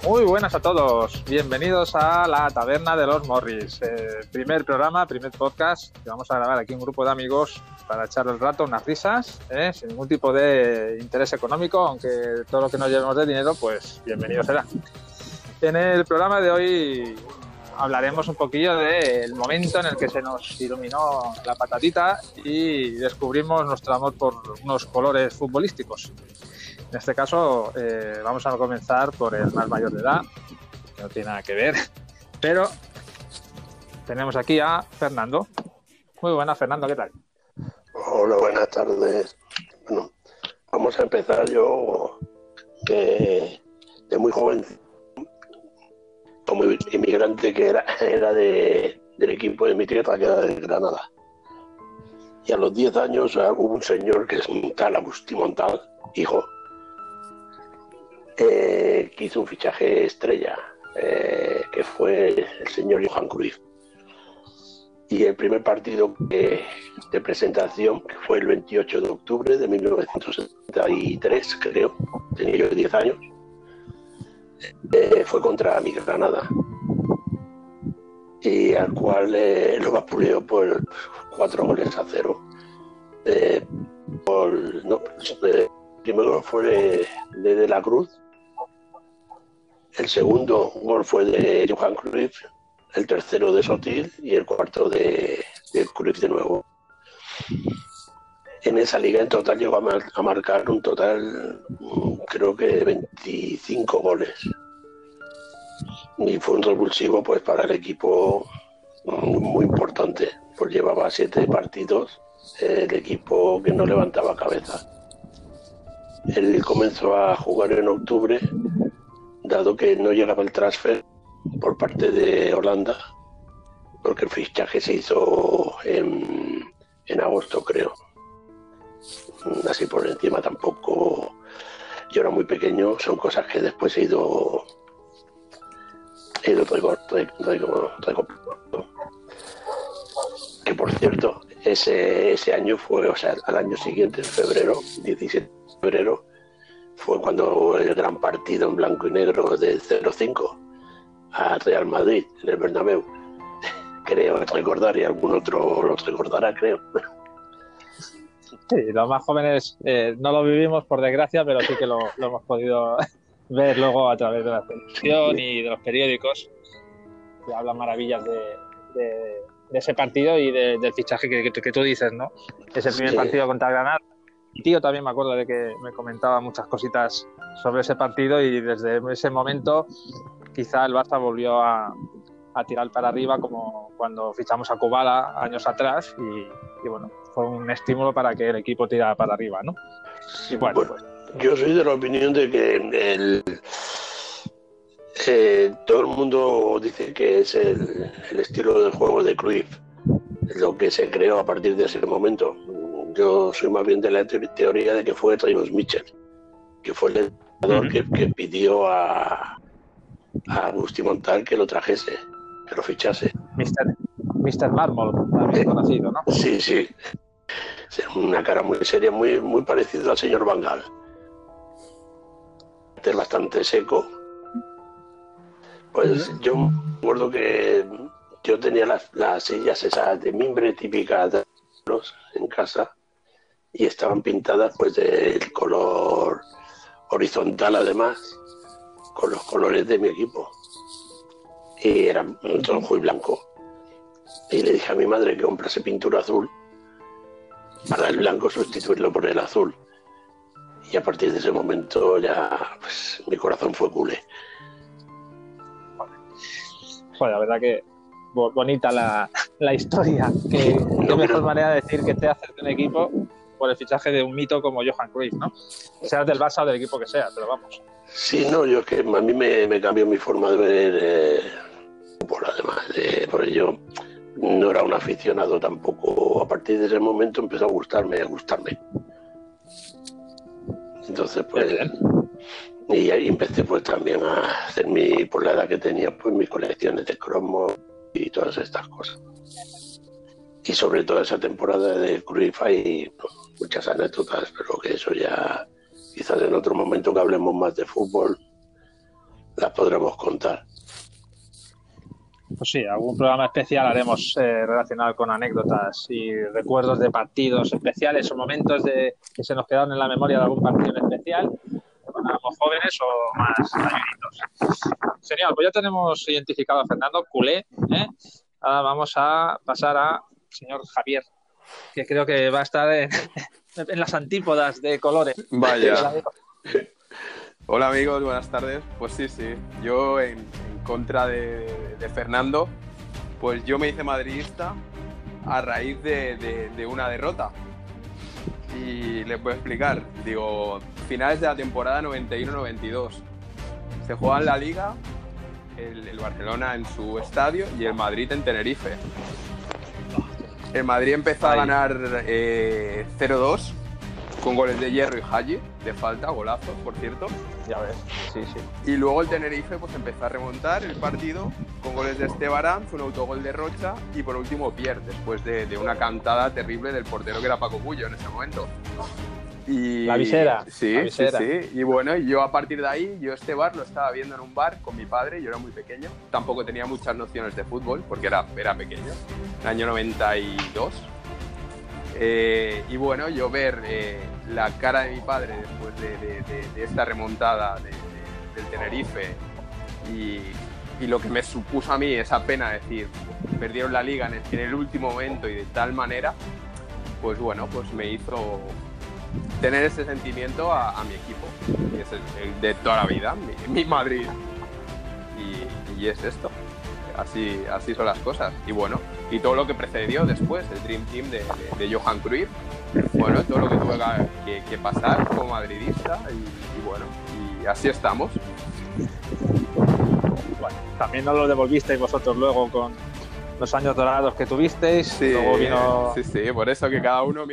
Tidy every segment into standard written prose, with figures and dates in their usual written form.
Muy buenas a todos, bienvenidos a la Taberna de los Morris, primer programa, primer podcast que vamos a grabar aquí un grupo de amigos para echar el rato, unas risas, sin ningún tipo de interés económico, aunque todo lo que nos llevemos de dinero, pues bienvenido será. En el programa de hoy hablaremos un poquillo del momento en el que se nos iluminó la patatita y descubrimos nuestro amor por unos colores futbolísticos. En este caso vamos a comenzar por el más mayor de edad, que no tiene nada que ver, pero tenemos aquí a Fernando. Muy buenas, Fernando, ¿qué tal? Hola, buenas tardes. Bueno, vamos a empezar yo, que de muy joven, como inmigrante que era del equipo de mi tierra, que era de Granada. Y a los 10 años hubo un señor que es un tal Agustí Montal, hijo, que hizo un fichaje estrella, que fue el señor Johan Cruyff. Y el primer partido de presentación, que fue el 28 de octubre de 1973, creo, tenía yo 10 años, fue contra mi Granada, y al cual lo vapuleó por 4-0. El primero fue de la Cruz, el segundo gol fue de Johan Cruyff, el tercero de Sotil y el cuarto de Cruyff de nuevo. En esa liga en total llegó a marcar un total, creo que 25 goles. Y fue un revulsivo pues para el equipo muy importante, pues llevaba 7 partidos el equipo que no levantaba cabeza. Él comenzó a jugar en octubre, dado que no llegaba el transfer por parte de Holanda, porque el fichaje se hizo en agosto, creo. Así por encima tampoco, yo era muy pequeño, son cosas que después he ido recopilando. Que por cierto, ese año fue, o sea, al año siguiente, en febrero, 17 de febrero, fue cuando el gran partido en blanco y negro de 0-5 a Real Madrid, en el Bernabéu. Creo recordar, y algún otro lo recordará, creo. Sí, los más jóvenes no lo vivimos, por desgracia, pero sí que lo hemos podido ver luego a través de la televisión y de los periódicos, que hablan maravillas de ese partido y del fichaje que tú dices, ¿no? Ese primer partido contra Granada. Mi tío también me acuerdo de que me comentaba muchas cositas sobre ese partido, y desde ese momento quizá el Barça volvió a tirar para arriba, como cuando fichamos a Kubala años atrás, y bueno, fue un estímulo para que el equipo tirara para arriba, ¿no? Sí, bueno, pues yo soy de la opinión de que todo el mundo dice que es el estilo del juego de Cruyff, lo que se creó a partir de ese momento. Yo soy más bien de la teoría de que fue Raymond Mitchell, que fue el entrenador que pidió a Agustí Montal que lo trajese, que lo fichase. Mr. Mármol, también conocido, ¿no? Sí, sí. Una cara muy seria, muy, muy parecido al señor Van Gaal. Es bastante seco. Pues yo me acuerdo que yo tenía las sillas esas de mimbre típicas de los en casa, y estaban pintadas pues del color horizontal, además, con los colores de mi equipo. Y eran rojo y blanco. Y le dije a mi madre que comprase pintura azul para el blanco sustituirlo por el azul. Y a partir de ese momento ya pues, mi corazón fue culé. Joder, la verdad que bonita la historia. Qué mejor manera de decir que te haces de un equipo por el fichaje de un mito como Johan Cruyff, ¿no? Seas del Barça o del equipo que sea, pero vamos. Sí, no, yo es que a mí me cambió mi forma de ver fútbol, además. Porque yo no era un aficionado tampoco. A partir de ese momento empezó a gustarme. Entonces, pues... Y ahí empecé pues también a hacer por la edad que tenía, pues mis colecciones de cromos y todas estas cosas. Y sobre todo esa temporada de Cruyff hay muchas anécdotas, pero que eso ya quizás en otro momento que hablemos más de fútbol las podremos contar. Pues sí, algún programa especial haremos relacionado con anécdotas y recuerdos de partidos especiales o momentos que se nos quedaron en la memoria de algún partido en especial, cuando éramos jóvenes o más mayoritos. Genial, pues ya tenemos identificado a Fernando, culé, ¿eh? Ahora vamos a pasar a señor Javier, que creo que va a estar en las antípodas de colores. Vaya. Hola amigos, buenas tardes. Pues sí, yo en contra de Fernando, pues yo me hice madridista a raíz de una derrota. Y les voy a explicar, digo, finales de la temporada 91-92. Se juega en la Liga, el Barcelona en su estadio y el Madrid en Tenerife. El Madrid empezó a ganar 0-2 con goles de Hierro y Hagi, de falta, golazos, por cierto. Ya ves, sí. Y luego el Tenerife pues empezó a remontar el partido con goles de Esteban Arnz, un autogol de Rocha y por último Pierre, después de una cantada terrible del portero que era Paco Bullo en ese momento. Y la visera. Sí. Y bueno, yo a partir de ahí, yo este bar lo estaba viendo en un bar con mi padre, yo era muy pequeño, tampoco tenía muchas nociones de fútbol porque era pequeño, en el año 92. Y bueno, yo ver la cara de mi padre después de esta remontada del Tenerife y lo que me supuso a mí esa pena, decir, perdieron la liga en el último momento y de tal manera, pues bueno, pues me hizo tener ese sentimiento a mi equipo, que es el de toda la vida, mi Madrid. Y es esto. Así son las cosas. Y bueno, y todo lo que precedió después, el Dream Team de Johan Cruyff, bueno, todo lo que tuve que pasar como madridista y bueno, y así estamos. Bueno, también nos lo devolvisteis vosotros luego con los años dorados que tuvisteis. Sí, luego vino... sí, por eso que cada uno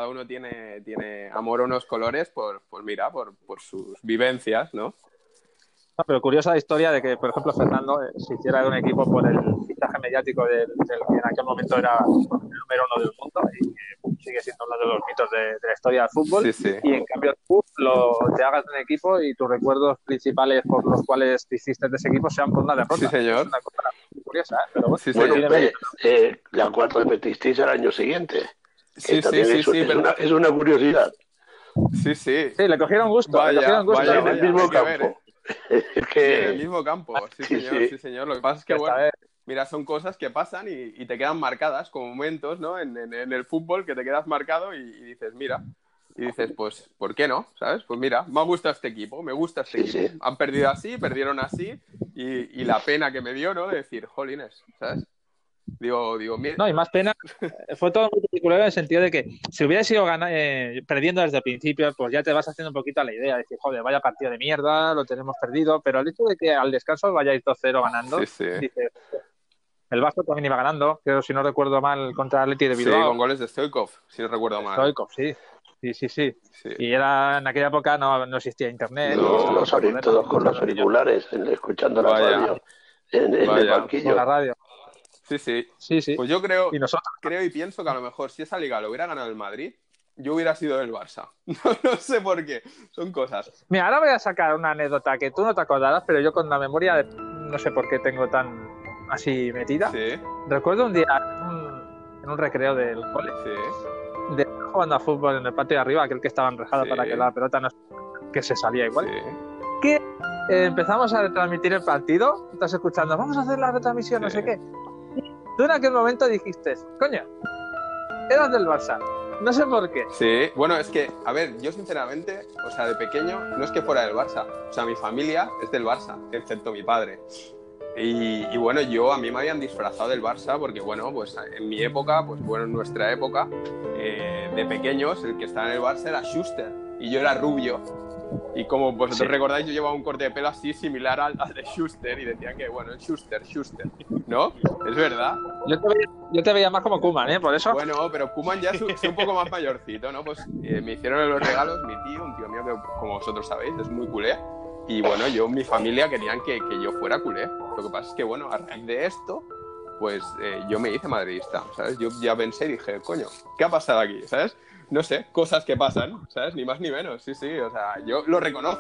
tiene amor a unos colores por sus vivencias, ¿no? No, pero curiosa la historia de que, por ejemplo, Fernando se hiciera de un equipo por el fichaje mediático del que en aquel momento era el número uno del mundo y que sigue siendo uno de los mitos de la historia del fútbol. Sí. Y en cambio tú te hagas de un equipo y tus recuerdos principales por los cuales te hiciste de ese equipo sean por una derrota. Sí, señor. Es una cosa muy curiosa, ¿eh? Pero bueno, Sí, bueno, señor. la cual repetisteis al año siguiente. Sí, Es una curiosidad. Sí. Sí, le cogieron gusto. Vaya, en el mismo campo. Es que... En el mismo campo, sí, señor. Lo que pasa es que, bueno, mira, son cosas que pasan y te quedan marcadas como momentos, ¿no? En el fútbol que te quedas marcado y dices, mira, y dices, pues, ¿por qué no? ¿Sabes? Pues mira, me gusta este equipo, equipo. Sí. Han perdido así, perdieron así y la pena que me dio, ¿no? De decir, jolines, ¿sabes? Digo, mira. No, y más pena, fue todo muy particular en el sentido de que si hubieras ido perdiendo desde el principio, pues ya te vas haciendo un poquito a la idea, de decir, joder, vaya partido de mierda, lo tenemos perdido, pero el hecho de que al descanso vayáis 2-0 ganando, dices, el Vasco también iba ganando, creo, si no recuerdo mal, contra Atleti de Bilbao. Sí, con goles de Stoichkov, si no recuerdo mal. Stoichkov, sí. Y en aquella época no existía internet. No, los abrían todos con los auriculares, escuchando la radio, en el banquillo. Con la radio. Sí. Pues yo creo y pienso que a lo mejor si esa liga lo hubiera ganado el Madrid, yo hubiera sido del Barça. No sé por qué, son cosas. Mira, ahora voy a sacar una anécdota que tú no te acordarás, pero yo con la memoria no sé por qué tengo tan así metida. Sí. Recuerdo un día en un recreo del cole, de jugando a fútbol en el patio de arriba, aquel que estaba enrejado para que la pelota no que se salía igual. Que empezamos a retransmitir el partido, estás escuchando, vamos a hacer la retransmisión, no sé qué. Tú en aquel momento dijiste, coño, eras del Barça. No sé por qué. Sí, bueno, es que, a ver, yo sinceramente, o sea, de pequeño, no es que fuera del Barça. O sea, mi familia es del Barça, excepto mi padre. Y bueno, a mí me habían disfrazado del Barça porque, bueno, pues en mi época, pues bueno, en nuestra época, de pequeños, el que estaba en el Barça era Schuster. Y yo era rubio. Y como vosotros recordáis, yo llevaba un corte de pelo así similar al de Schuster y decían que, bueno, Schuster, ¿no? Es verdad. Yo te veía más como Koeman, ¿eh? Por eso. Bueno, pero Koeman ya es un poco más mayorcito, ¿no? Pues me hicieron los regalos mi tío, un tío mío que, como vosotros sabéis, es muy culé. Y bueno, mi familia querían que yo fuera culé. Lo que pasa es que, bueno, a raíz de esto, pues yo me hice madridista, ¿sabes? Yo ya pensé y dije, coño, ¿qué ha pasado aquí? ¿Sabes? No sé, cosas que pasan, ¿sabes? Ni más ni menos, sí, o sea, yo lo reconozco.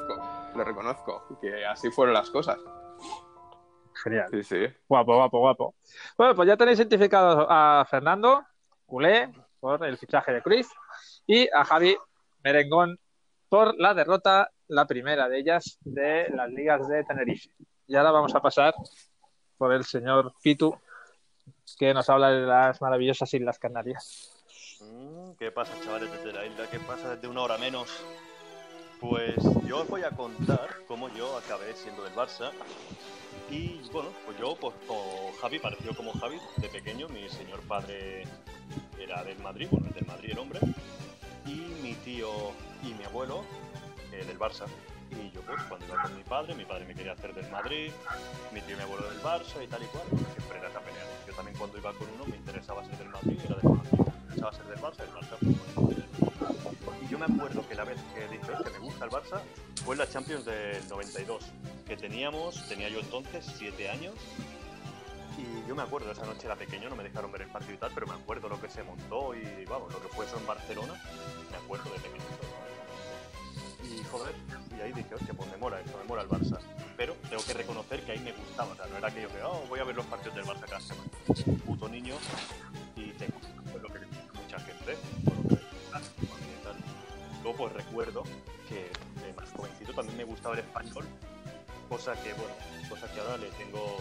lo reconozco, que así fueron las cosas. Genial. Sí, sí. Guapo. Bueno, pues ya tenéis identificado a Fernando, culé, por el fichaje de Cruyff, y a Javi Merengón por la derrota, la primera de ellas, de las ligas de Tenerife. Y ahora vamos a pasar por el señor Pitu, que nos habla de las maravillosas Islas Canarias. ¿Qué pasa, chavales, desde la isla? ¿Qué pasa desde una hora menos? Pues yo os voy a contar cómo yo acabé siendo del Barça. Y bueno, pues yo, pues como Javi, pareció como Javi, de pequeño. Mi señor padre era del Madrid, bueno, es del Madrid el hombre. Y mi tío y mi abuelo del Barça. Y yo, pues, cuando iba con mi padre me quería hacer del Madrid, mi tío y mi abuelo del Barça y tal y cual. Siempre era esa pelea. Yo también, cuando iba con uno, me interesaba ser del Madrid, era del Madrid. Me interesaba ser del Barça, el Barça, pues, bueno. Y yo me acuerdo que la vez que dije que me gusta el Barça fue en la Champions del 92, que tenía yo entonces 7 años. Y yo me acuerdo, esa noche era pequeño, no me dejaron ver el partido y tal, pero me acuerdo lo que se montó y, vamos, lo que fue eso en Barcelona, me acuerdo de pequeño. Y, joder, y ahí dije, hostia, pues me mola esto, me mola el Barça. Pero tengo que reconocer que ahí me gustaba, o sea, no era aquello que, voy a ver los partidos del Barça cada semana. Un puto niño y te gusta, pues, lo que dice mucha gente, por lo que y tal. Luego, pues recuerdo que de más jovencito también me gustaba el español, cosa que ahora le tengo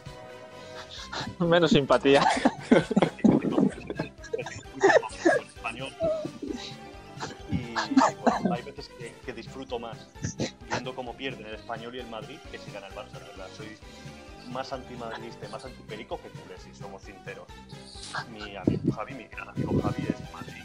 menos simpatía. Español. Y bueno, hay veces que disfruto más viendo cómo pierden el Español y el Madrid que si gana el Barça, la verdad. Soy más antimadridista y más antiperico que culé, si somos sinceros. Mi amigo Javi, mi gran amigo Javi, es Madrid.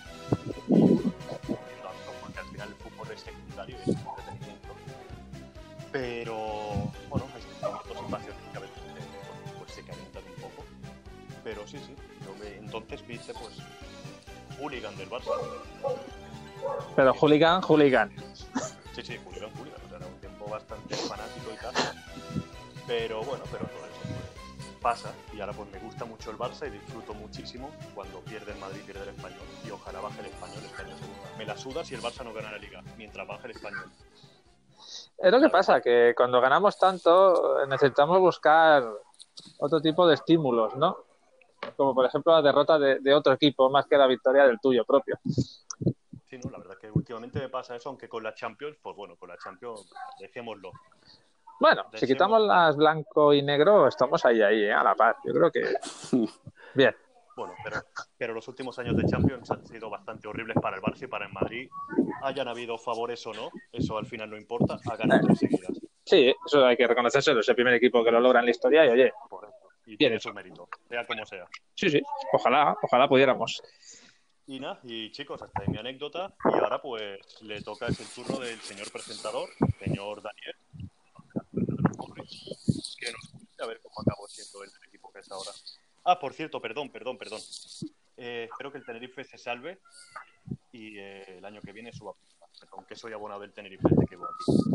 Porque al final el fútbol es secundario y es entretenimiento. Pero bueno, hay sentimientos y pasiones que a veces pues se calientan un poco. Pero sí, entonces viste, pues, hooligan del Barça. Pero hooligan. Sí, hooligan. O sea, era un tiempo bastante fanático y tal. Pero bueno, todo eso pues, pasa. Y ahora pues me gusta mucho el Barça y disfruto muchísimo cuando pierde el Madrid, pierde el Español. Y ojalá baje el Español este año segunda. Me la suda si el Barça no gana la Liga, mientras baje el Español. Es lo que pasa, que cuando ganamos tanto necesitamos buscar otro tipo de estímulos, ¿no? Como por ejemplo la derrota de otro equipo más que la victoria del tuyo propio. Sí, no, la verdad que últimamente me pasa eso, aunque con la Champions, pues bueno, con la Champions, dejémoslo. Bueno, si quitamos las blanco y negro, estamos ahí, a la par. Yo creo que bien. Bueno, pero los últimos años de Champions han sido bastante horribles para el Barça y para el Madrid. Hayan habido favores o no, eso al final no importa, ha ganado 3 seguidas. Sí, eso hay que reconocérselo, es el primer equipo que lo logra en la historia y oye, por eso. Y tiene tiene su mérito, sea como sea. Sí, ojalá pudiéramos. Y nada, y chicos, hasta ahí mi anécdota. Y ahora pues le toca el turno del señor presentador, señor Daniel, que nos cuente a ver cómo acabó siendo el equipo que es ahora. Por cierto, perdón. Espero que el Tenerife se salve y el año que viene suba. Aunque soy abonado del Tenerife desde que voy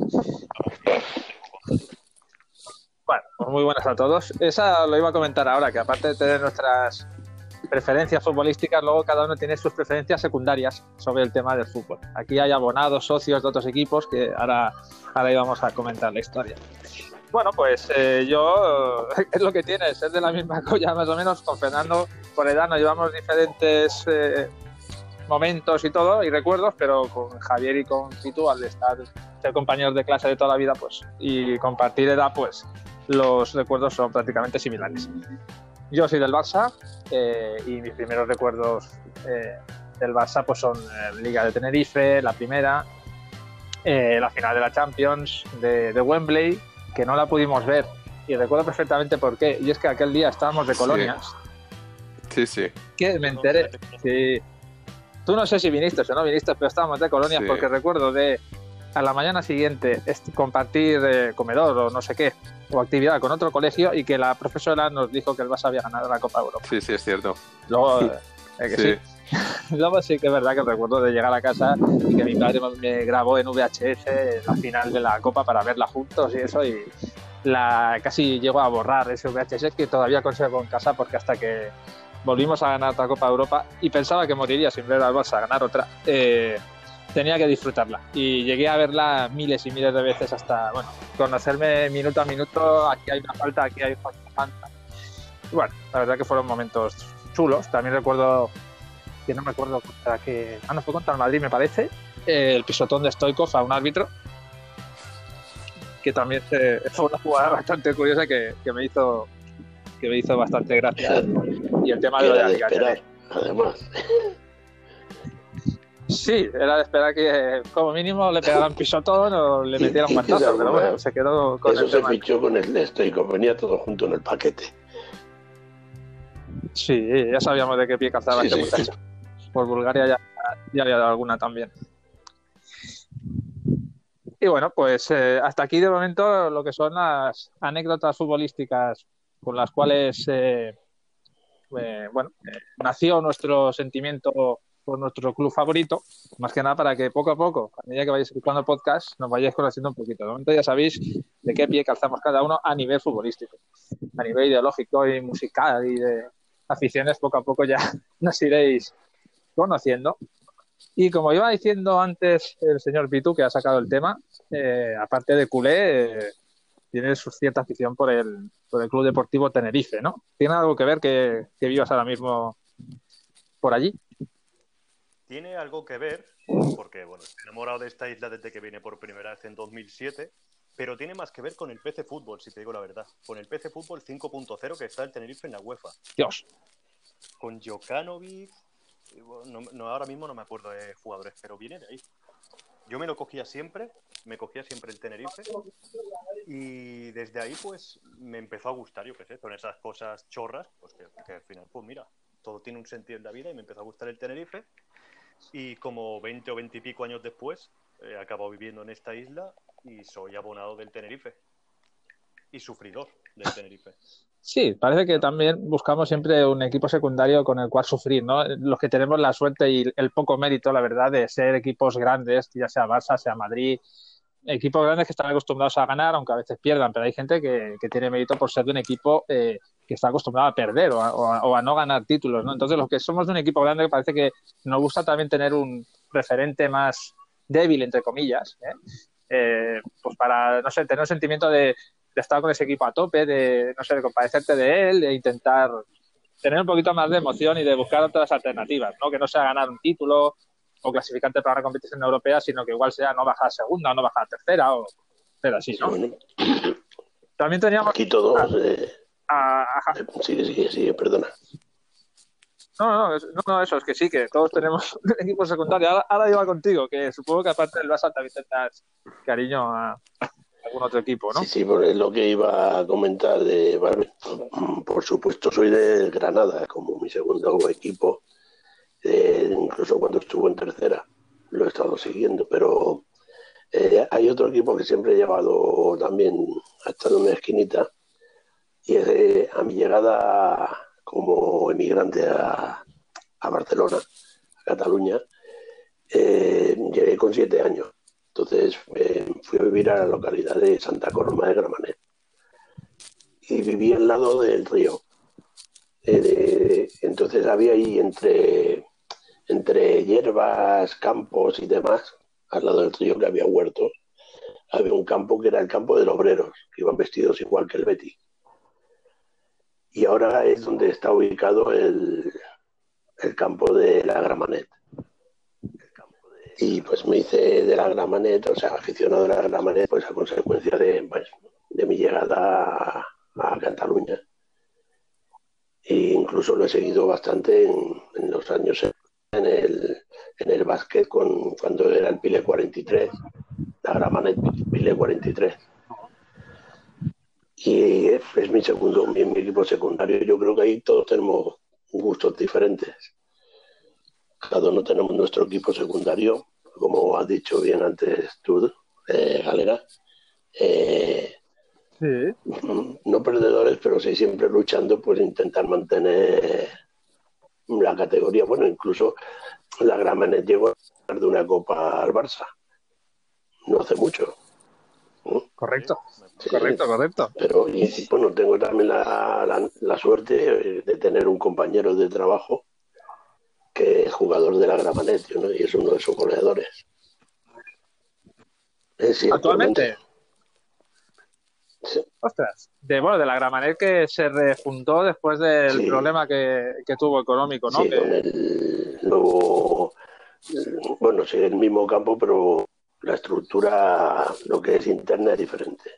aquí. Bueno, pues muy buenas a todos. Esa lo iba a comentar ahora, que aparte de tener nuestras preferencias futbolísticas, luego cada uno tiene sus preferencias secundarias sobre el tema del fútbol. Aquí hay abonados, socios de otros equipos que ahora íbamos a comentar la historia. Bueno, pues yo, es lo que tiene, ser de la misma colla más o menos. Con Fernando, por edad nos llevamos diferentes momentos y todo, y recuerdos, pero con Javier y con Pitu, al ser compañeros de clase de toda la vida, pues, y compartir edad, pues los recuerdos son prácticamente similares. Yo soy del Barça y mis primeros recuerdos del Barça pues son Liga de Tenerife, la primera, la final de la Champions de Wembley, que no la pudimos ver y recuerdo perfectamente por qué, y es que aquel día estábamos de colonias. Sí. Que me enteré. Sí. Tú no sé si viniste o no viniste, pero estábamos de colonias porque recuerdo de a la mañana siguiente compartir comedor o no sé qué, o actividad con otro colegio, y que la profesora nos dijo que el Barça había ganado la Copa Europa. Sí, es cierto. Luego, sí. Luego sí que es verdad que recuerdo de llegar a casa y que mi padre me grabó en VHS la final de la Copa para verla juntos y eso, y casi llegó a borrar ese VHS que todavía conservo en casa, porque hasta que volvimos a ganar otra Copa Europa y pensaba que moriría sin ver al Barça ganar otra, tenía que disfrutarla. Y llegué a verla miles y miles de veces hasta, bueno, conocerme minuto a minuto, aquí hay una falta, aquí hay una falta. Y bueno, la verdad que fueron momentos chulos. También recuerdo, que no me acuerdo contra qué... no fue contra el Madrid, me parece, el pisotón de Stoichkov a un árbitro, que también fue una jugada bastante curiosa que me hizo bastante gracia. Y el tema de lo de esperar, además. Sí, era de esperar que como mínimo le pegaran pisotón o le metieran un guantazo, pero bueno, se quedó con eso el tema. Eso se fichó con el Stoichkov, venía todo junto en el paquete. Sí, ya sabíamos de qué pie calzaba este muchacho. Por Bulgaria ya había dado alguna también. Y bueno, pues hasta aquí de momento lo que son las anécdotas futbolísticas con las cuales nació nuestro sentimiento por nuestro club favorito, más que nada para que poco a poco, a medida que vayáis escuchando podcast, nos vayáis conociendo un poquito. De momento ya sabéis de qué pie calzamos cada uno a nivel futbolístico, a nivel ideológico y musical y de aficiones, poco a poco ya nos iréis conociendo. Y como iba diciendo antes el señor Pitu, que ha sacado el tema, aparte de culé, tiene su cierta afición por el Club Deportivo Tenerife, ¿no? ¿Tiene algo que ver que vivas ahora mismo por allí? Tiene algo que ver, porque bueno, estoy enamorado de esta isla desde que vine por primera vez en 2007, pero tiene más que ver con el PC Fútbol, si te digo la verdad. Con el PC Fútbol 5.0 que está el Tenerife en la UEFA. Dios. Con Jokanovic, no, ahora mismo no me acuerdo de jugadores, pero viene de ahí. Yo me cogía siempre el Tenerife y desde ahí pues me empezó a gustar, yo qué sé, con esas cosas chorras, pues que al final, pues mira, todo tiene un sentido en la vida y me empezó a gustar el Tenerife. Y como 20 o 20 y pico años después he acabado viviendo en esta isla y soy abonado del Tenerife y sufridor del Tenerife. Sí, parece que también buscamos siempre un equipo secundario con el cual sufrir, ¿no? Los que tenemos la suerte y el poco mérito, la verdad, de ser equipos grandes, ya sea Barça, sea Madrid, equipos grandes que están acostumbrados a ganar, aunque a veces pierdan, pero hay gente que tiene mérito por ser de un equipo que está acostumbrado a perder o a no ganar títulos, ¿no? Entonces, los que somos de un equipo grande, parece que nos gusta también tener un referente más débil, entre comillas, pues para, no sé, tener un sentimiento de estar con ese equipo a tope, de, no sé, de compadecerte de él, de intentar tener un poquito más de emoción y de buscar otras alternativas, ¿no? Que no sea ganar un título o clasificante para una competición europea, sino que igual sea no bajar a segunda o no bajar a tercera o ser así, ¿no? Bueno, también teníamos aquí todos sigue, perdona. No, eso es que sí, que todos tenemos un equipo secundario. Ahora iba contigo, que supongo que aparte del Barça también tendrás cariño a algún otro equipo, ¿no? Sí, pues es lo que iba a comentar por supuesto soy de Granada como mi segundo equipo, incluso cuando estuvo en tercera lo he estado siguiendo, pero hay otro equipo que siempre he llevado también, ha estado en una esquinita, y es a mi llegada como emigrante a Barcelona, a Cataluña, llegué con 7 años. Entonces fui a vivir a la localidad de Santa Coloma de Gramenet y viví al lado del río. Entonces había ahí entre hierbas, campos y demás, al lado del río, que había huertos, había un campo que era el campo de los obreros, que iban vestidos igual que el Betis. Y ahora es donde está ubicado el campo de la Gramenet. Y pues me hice de la Gramenet, o sea, aficionado de la Gramenet, pues a consecuencia de mi llegada a Cataluña. E incluso lo he seguido bastante en los años en el básquet, cuando era el Pile 43, la Gramenet Pile 43. Y es mi equipo secundario. Yo creo que ahí todos tenemos gustos diferentes. Cada uno tenemos nuestro equipo secundario, como has dicho bien antes tú, Galera. Sí. No perdedores, pero sí siempre luchando por intentar mantener la categoría. Bueno, incluso la Gramenet llegó a ganar de una copa al Barça. No hace mucho. Correcto. Sí, correcto. Pero bueno, tengo también la suerte de tener un compañero de trabajo que es jugador de la Gramenet, ¿no? Y es uno de sus goleadores. Sí, ¿Actualmente? Sí. Ostras, de la Gramenet que se rejuntó después del problema que tuvo económico, ¿no? Sí, con el nuevo, bueno, sí, el mismo campo, pero la estructura, lo que es interna, es diferente.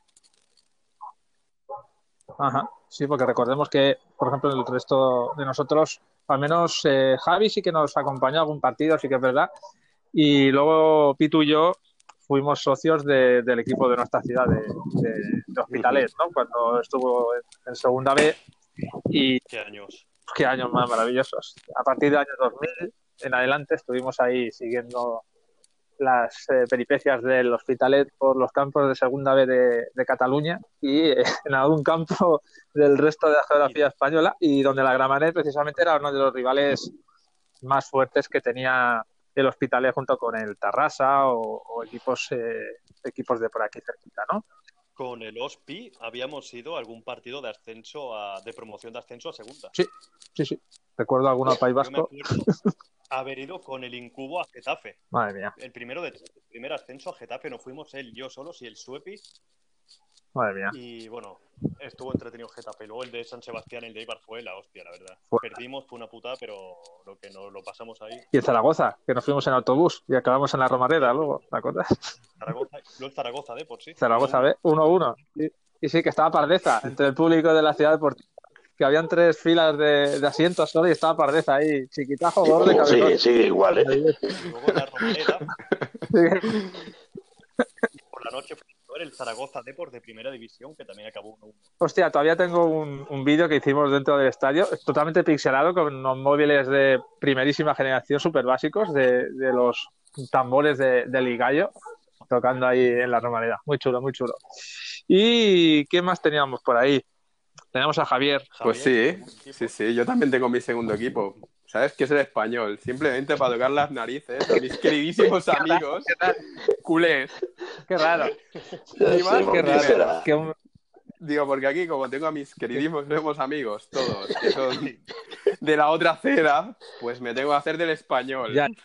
Ajá, sí, porque recordemos que, por ejemplo, el resto de nosotros, al menos Javi sí que nos acompañó a algún partido, sí que es verdad, y luego Pitu y yo fuimos socios del equipo de nuestra ciudad, de Hospitalet, ¿no? Cuando estuvo en segunda B, y ¿Qué años? qué años más maravillosos. A partir del año 2000 en adelante estuvimos ahí siguiendo las peripecias del Hospitalet por los campos de segunda B de Cataluña y en algún campo del resto de la geografía española, y donde la Gramenet precisamente era uno de los rivales más fuertes que tenía el Hospitalet junto con el Tarrasa o equipos de por aquí cerquita, ¿no? Con el Hospi habíamos ido a algún partido de ascenso de promoción de ascenso a segunda. Sí. Recuerdo alguno al País Vasco. Yo me acuerdo haber ido con el Incubo a Getafe. Madre mía. El primer ascenso a Getafe no fuimos él, yo solos y el Suepi. Madre mía. Y bueno, estuvo entretenido Getafe. Luego el de San Sebastián, el de Eibar fue la hostia, la verdad. Perdimos, fue una puta, pero lo que nos lo pasamos ahí. Y el Zaragoza, que nos fuimos en autobús y acabamos en la Romareda luego, ¿te acuerdas? Zaragoza de por sí. Zaragoza B, 1-1. Y sí, que estaba Pardeza entre el público de la ciudad deportiva, que habían 3 filas de asientos solo y estaba Pardeza ahí, chiquitajo, gordo, cabezón. Sí, igual, ¿eh? Luego en la Romareda, por la noche fue el Zaragoza Depor de primera división, que también acabó 1-1. Hostia, todavía tengo un vídeo que hicimos dentro del estadio, totalmente pixelado, con unos móviles de primerísima generación, súper básicos, de los tambores de Ligallo, tocando ahí en la Romareda. Muy chulo, muy chulo. ¿Y qué más teníamos por ahí? Tenemos a Javier. Pues sí, yo también tengo mi segundo equipo. ¿Sabes qué es el Español? Simplemente para tocar las narices a mis queridísimos amigos culés. Qué raro. Qué raro. Digo, porque aquí, como tengo a mis queridísimos amigos, todos, que son de la otra acera, pues me tengo que hacer del Español. Ya.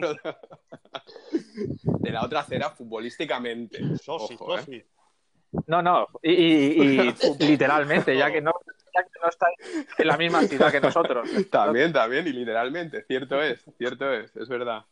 De la otra acera futbolísticamente. Sosi. No, y literalmente, ya que no estáis en la misma ciudad que nosotros. También, y literalmente, cierto es verdad.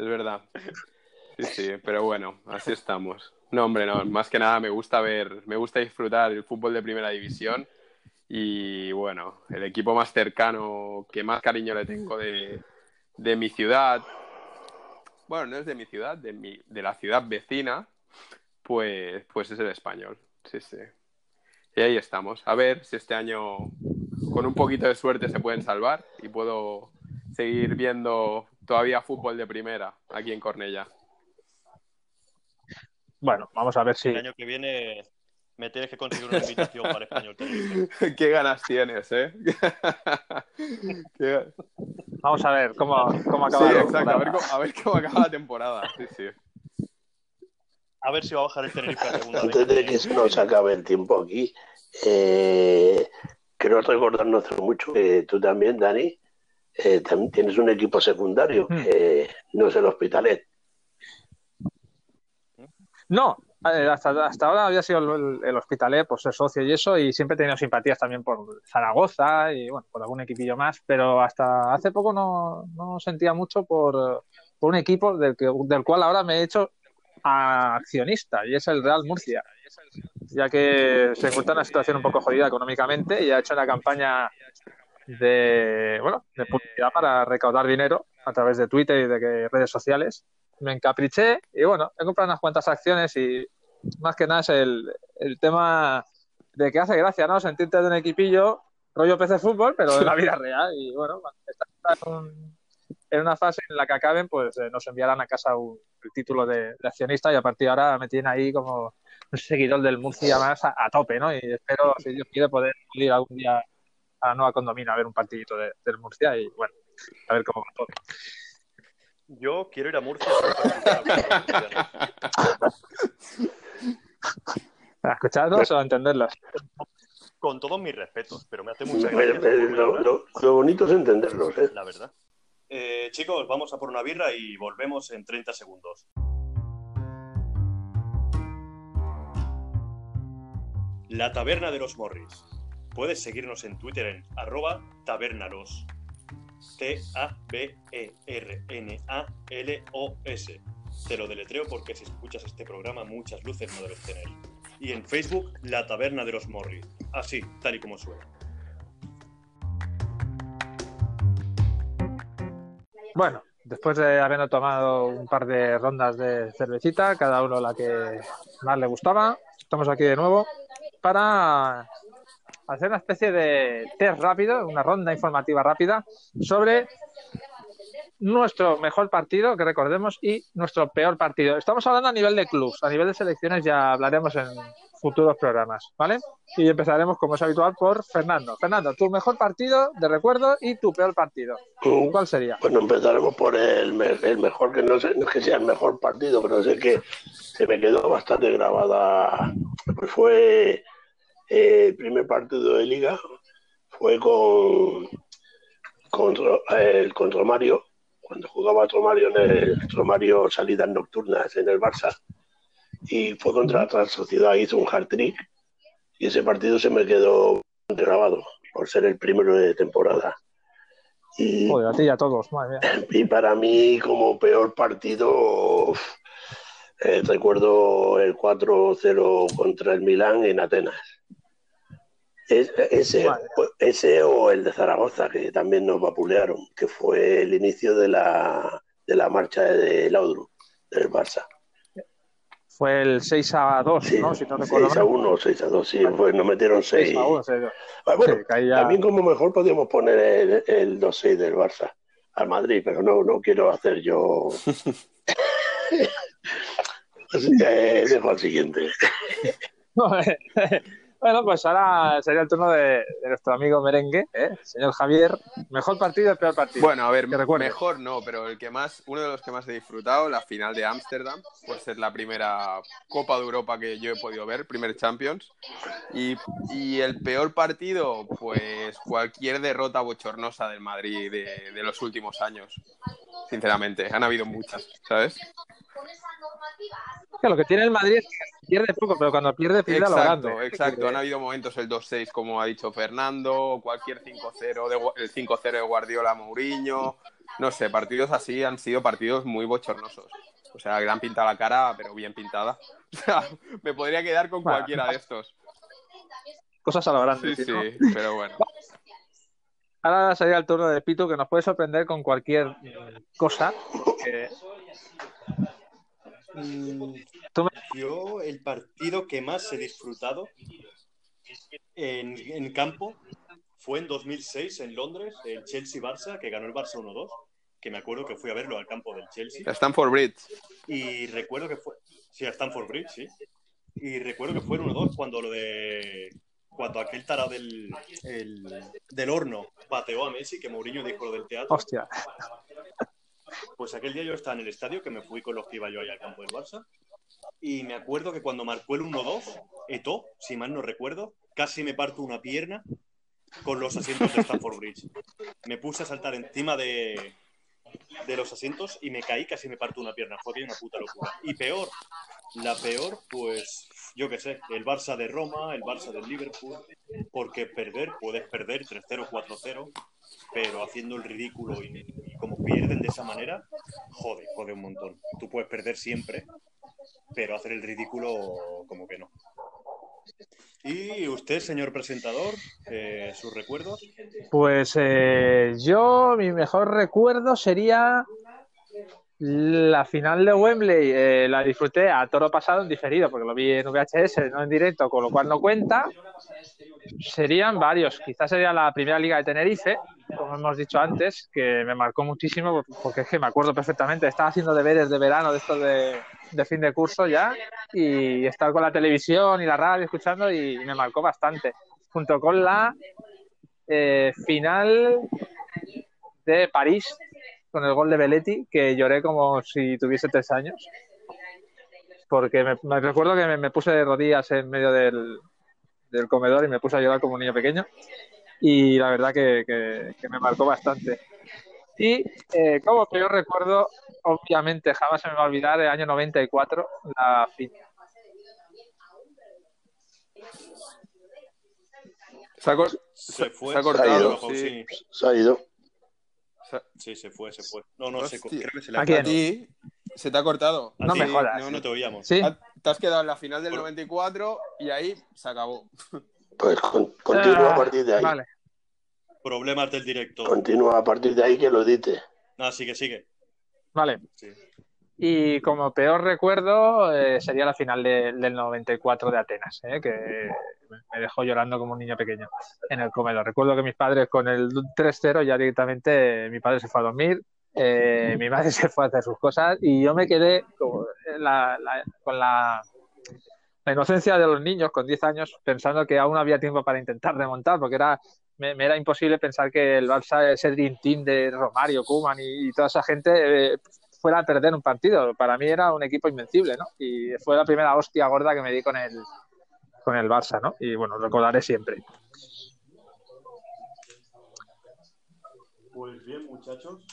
Sí, pero bueno, así estamos. No, hombre, no, más que nada me gusta disfrutar el fútbol de primera división y bueno, el equipo más cercano, que más cariño le tengo de mi ciudad, bueno, no es de mi ciudad, de la ciudad vecina, pues es el Español, sí. Y ahí estamos. A ver si este año, con un poquito de suerte, se pueden salvar y puedo seguir viendo todavía fútbol de primera aquí en Cornellá. Bueno, vamos a ver si... El año que viene me tienes que conseguir una invitación para Español Tenerife. Qué ganas tienes, ¿eh? Vamos a ver cómo acaba la la temporada. A ver cómo acaba la temporada, sí. A ver si va a bajar el Tenerife a segunda vez. Antes de que se nos acabe el tiempo aquí, quiero recordarnos mucho que tú también, Dani, también tienes un equipo secundario, que no es el Hospitalet. No, hasta ahora había sido el Hospitalet, por ser socio y eso, y siempre he tenido simpatías también por Zaragoza y bueno, por algún equipillo más, pero hasta hace poco no sentía mucho por un equipo del cual ahora me he hecho accionista, y es el Real Murcia, ya que se encuentra en una situación un poco jodida económicamente y ha hecho una campaña de publicidad para recaudar dinero a través de Twitter y de redes sociales. Me encapriché y bueno, he comprado unas cuantas acciones y más que nada es el tema de que hace gracia, ¿no? Sentirte de un equipillo rollo PC Fútbol, pero en la vida real. Y bueno, cuando estás en una fase en la que acaben, pues nos enviarán a casa el título de accionista y a partir de ahora me tienen ahí como un seguidor del Murcia más a tope, ¿no? Y espero, si Dios quiere, poder ir algún día a la nueva condomina a ver un partidito del Murcia y bueno, a ver cómo va todo. Yo quiero ir a Murcia. ¿A escucharlos o a entenderlos? Con todos mis respetos, pero me hace mucha gracia. Lo bonito es entenderlos, ¿eh? La verdad. Chicos, vamos a por una birra y volvemos en 30 segundos. La Taberna de los Morris. Puedes seguirnos en Twitter en @tabernaros. TABERNALOS. Te lo deletreo porque si escuchas este programa muchas luces no debes tener. Y en Facebook, La Taberna de los Morris. Así, tal y como suena. Bueno, después de habernos tomado un par de rondas de cervecita, cada uno la que más le gustaba, estamos aquí de nuevo para hacer una especie de test rápido, una ronda informativa rápida sobre nuestro mejor partido, que recordemos, y nuestro peor partido. Estamos hablando a nivel de clubs, a nivel de selecciones ya hablaremos en futuros programas, ¿vale? Y empezaremos, como es habitual, por Fernando. Fernando, tu mejor partido de recuerdo y tu peor partido. ¿Cuál sería? Bueno, empezaremos por el mejor, que no sé, no es que sea el mejor partido, pero sé que se me quedó bastante grabada. Pues fue el primer partido de Liga, fue con Romario, cuando jugaba Romario en el Romario Salidas Nocturnas en el Barça, y fue contra la Real Sociedad, hizo un hat-trick, y ese partido se me quedó grabado, por ser el primero de temporada. Y, joder, a ti y a todos, madre mía. Y para mí, como peor partido, recuerdo el 4-0 contra el Milán en Atenas. Ese o el de Zaragoza, que también nos vapulearon, que fue el inicio de la marcha de Laudrup, del Barça. Fue el 6-2, sí, ¿no? Si no recuerdo 6-1, 6-2, sí, pues nos metieron 6. 6-1, 6-2. Bueno, sí, caía... también como mejor podíamos poner el 2-6 del Barça al Madrid, pero no quiero hacer yo... Así que dejo al siguiente. Bueno, pues ahora sería el turno de nuestro amigo merengue, señor Javier. ¿Mejor partido o peor partido? Bueno, a ver, mejor no, pero uno de los que más he disfrutado, la final de Ámsterdam, por ser la primera Copa de Europa que yo he podido ver, primer Champions. Y el peor partido, pues cualquier derrota bochornosa del Madrid de los últimos años. Sinceramente, han habido muchas, ¿sabes? Que lo que tiene el Madrid es que pierde poco, pero cuando pierde a lo grande. Exacto. Han habido momentos, el 2-6, como ha dicho Fernando, cualquier 5-0, el 5-0 de Guardiola Mourinho. No sé, partidos así han sido partidos muy bochornosos. O sea, le han pintado la cara, pero bien pintada. O sea, me podría quedar con cualquiera de estos. Cosas a lo grande. Sí, ¿no? pero bueno. Ahora sería el turno de Pitu, que nos puede sorprender con cualquier cosa. Porque... Yo, el partido que más he disfrutado en campo fue en 2006 en Londres, el Chelsea-Barça, que ganó el Barça 1-2, que me acuerdo que fui a verlo al campo del Chelsea. A Stamford Bridge. Y recuerdo que fue... Sí, a Stamford Bridge, sí. Y recuerdo que fue el 1-2 cuando aquel tarado del horno pateó a Messi, que Mourinho dijo lo del teatro. Hostia. Pues aquel día yo estaba en el estadio, que me fui con los que iba yo ahí al campo del Barça, y me acuerdo que cuando marcó el 1-2, Eto'o, si mal no recuerdo, casi me parto una pierna con los asientos de Stamford Bridge. Me puse a saltar encima de los asientos y me caí, casi me parto una pierna. Fue una puta locura. Y la peor, pues, yo qué sé, el Barça de Roma, el Barça del Liverpool, porque puedes perder 3-0, 4-0, pero haciendo el ridículo y como pierden de esa manera, jode un montón. Tú puedes perder siempre, pero hacer el ridículo como que no. ¿Y usted, señor presentador, sus recuerdos? Pues yo, mi mejor recuerdo sería la final de Wembley. La disfruté a toro pasado en diferido, porque lo vi en VHS, no en directo, con lo cual no cuenta. Serían varios. Quizás sería la primera Liga de Tenerife, como hemos dicho antes, que me marcó muchísimo, porque es que me acuerdo perfectamente. Estaba haciendo deberes de verano, de estos de fin de curso ya, y estar con la televisión y la radio escuchando, y me marcó bastante. Junto con la final de París, con el gol de Belletti, que lloré como si tuviese 3 años, porque me recuerdo que me puse de rodillas en medio del comedor y me puse a llorar como un niño pequeño, y la verdad que me marcó bastante. Y como peor recuerdo, obviamente jamás se me va a olvidar, el año 94, Se ha, Se fue. se ha cortado, sí. Se ha ido. Sí, se fue. No, creo que se le ¿A ha quién? A ti se te ha cortado. A No ti, me jodas. no te oíamos. ¿Sí? Te has quedado en la final del 94 y ahí se acabó. Pues continúa a partir de ahí. Vale. Problemas del directo. Continúa a partir de ahí que lo edite. Sigue. Vale. Sí. Y como peor recuerdo sería la final del 94 de Atenas, que me dejó llorando como un niño pequeño en el comedor. Recuerdo que mis padres con el 3-0 ya directamente, mi padre se fue a dormir, mi madre se fue a hacer sus cosas y yo me quedé con la inocencia de los niños con 10 años pensando que aún había tiempo para intentar remontar, porque me era imposible pensar que el Barça, ese Dream Team de Romario, Koeman y toda esa gente fuera a perder un partido. Para mí era un equipo invencible, ¿no? Y fue la primera hostia gorda que me di con el Barça, ¿no? Y bueno, lo recordaré siempre. Pues bien, muchachos.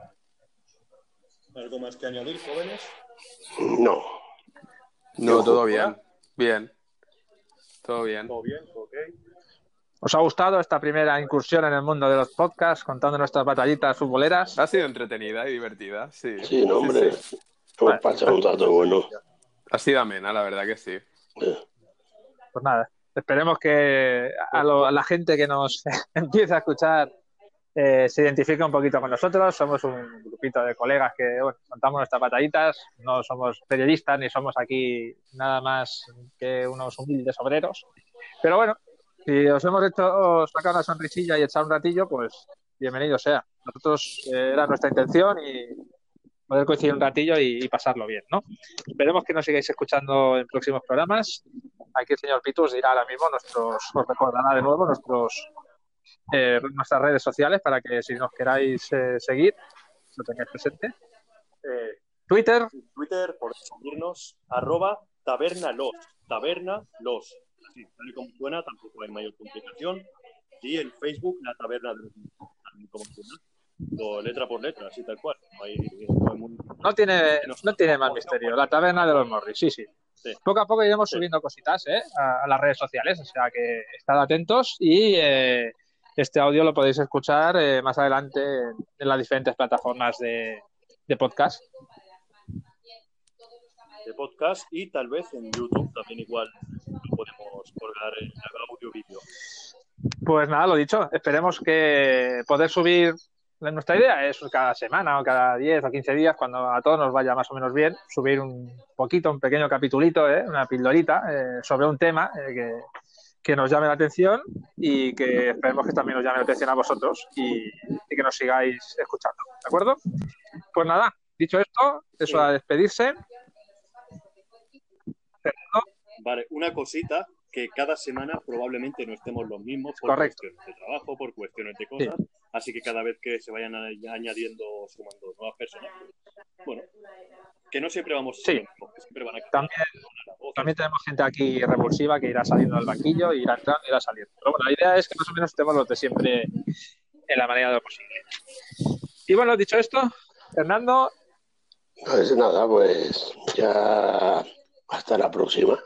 ¿Algo más que añadir, jóvenes? No. No, todo bien. Bien. Todo bien. Todo bien, ok. ¿Os ha gustado esta primera incursión en el mundo de los podcasts, contando nuestras batallitas futboleras? Ha sido entretenida y divertida, sí. Sí, no, hombre. Sí. Hemos pasado un rato bueno. Ha sido amena, la verdad que sí. Pues nada, esperemos que a la gente que nos empiece a escuchar se identifique un poquito con nosotros. Somos un grupito de colegas que contamos nuestras batallitas. No somos periodistas ni somos aquí nada más que unos humildes obreros. Pero bueno, si os hemos hecho sacar una sonrisilla y echar un ratillo, pues bienvenido sea. Nosotros era nuestra intención y poder coincidir un ratillo y pasarlo bien, ¿no? Esperemos que nos sigáis escuchando en próximos programas. Aquí el señor Pitu os dirá ahora mismo, os recordará de nuevo nuestras redes sociales para que si nos queráis seguir, lo tengáis presente. Twitter, por seguirnos, @tabernalos. Tabernalos. Sí, tal y como suena, tampoco hay mayor complicación. Y en Facebook, la taberna de los mismos, también como suena. Letra por letra, así tal cual. No tiene más misterio. La taberna de los Morris, sí. Poco a poco iremos subiendo cositas a las redes sociales, o sea que estad atentos y este audio lo podéis escuchar más adelante en las diferentes plataformas de podcast. Y tal vez en YouTube también igual lo podemos colgar en audio-vídeo. Pues nada, lo dicho, esperemos que poder subir. Nuestra idea es cada semana o cada 10 o 15 días, cuando a todos nos vaya más o menos bien, subir un pequeño capitulito, una pildorita sobre un tema que nos llame la atención y que esperemos que también nos llame la atención a vosotros y que nos sigáis escuchando, ¿de acuerdo? Pues nada, dicho esto, eso a despedirse. Vale, una cosita, que cada semana probablemente no estemos los mismos por cuestiones de trabajo, por cuestiones de cosas, así que cada vez que se vayan añadiendo, sumando nuevas personas, bueno, que no siempre vamos a ser los mismos, que siempre van a cambiar. También tenemos gente aquí revulsiva que irá saliendo del banquillo, irá entrando y irá saliendo. Pero bueno, la idea es que más o menos estemos los de siempre en la manera de lo posible. Y bueno, dicho esto, Fernando. Pues nada, pues ya hasta la próxima.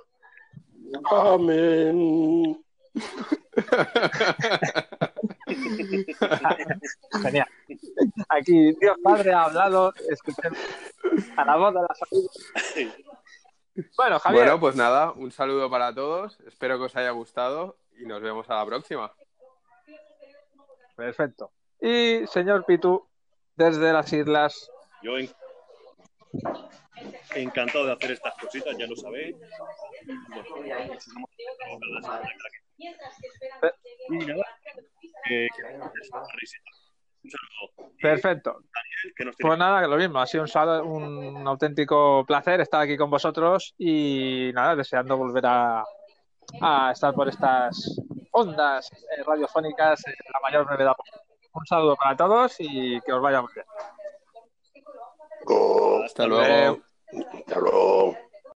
Amén. Genial. Aquí Dios Padre ha hablado, escuchemos a la voz de la familia. Bueno, Javier. Bueno, pues nada, un saludo para todos. Espero que os haya gustado y nos vemos a la próxima. Perfecto. Y señor Pitu, desde las islas. Yo encantado de hacer estas cositas, ya lo sabéis. Y nada, un saludo. Perfecto. Pues nada, lo mismo, ha sido un auténtico placer estar aquí con vosotros y nada, deseando volver a estar por estas ondas radiofónicas en la mayor brevedad posible. Un saludo para todos y que os vaya muy bien. Hasta luego. Hasta luego.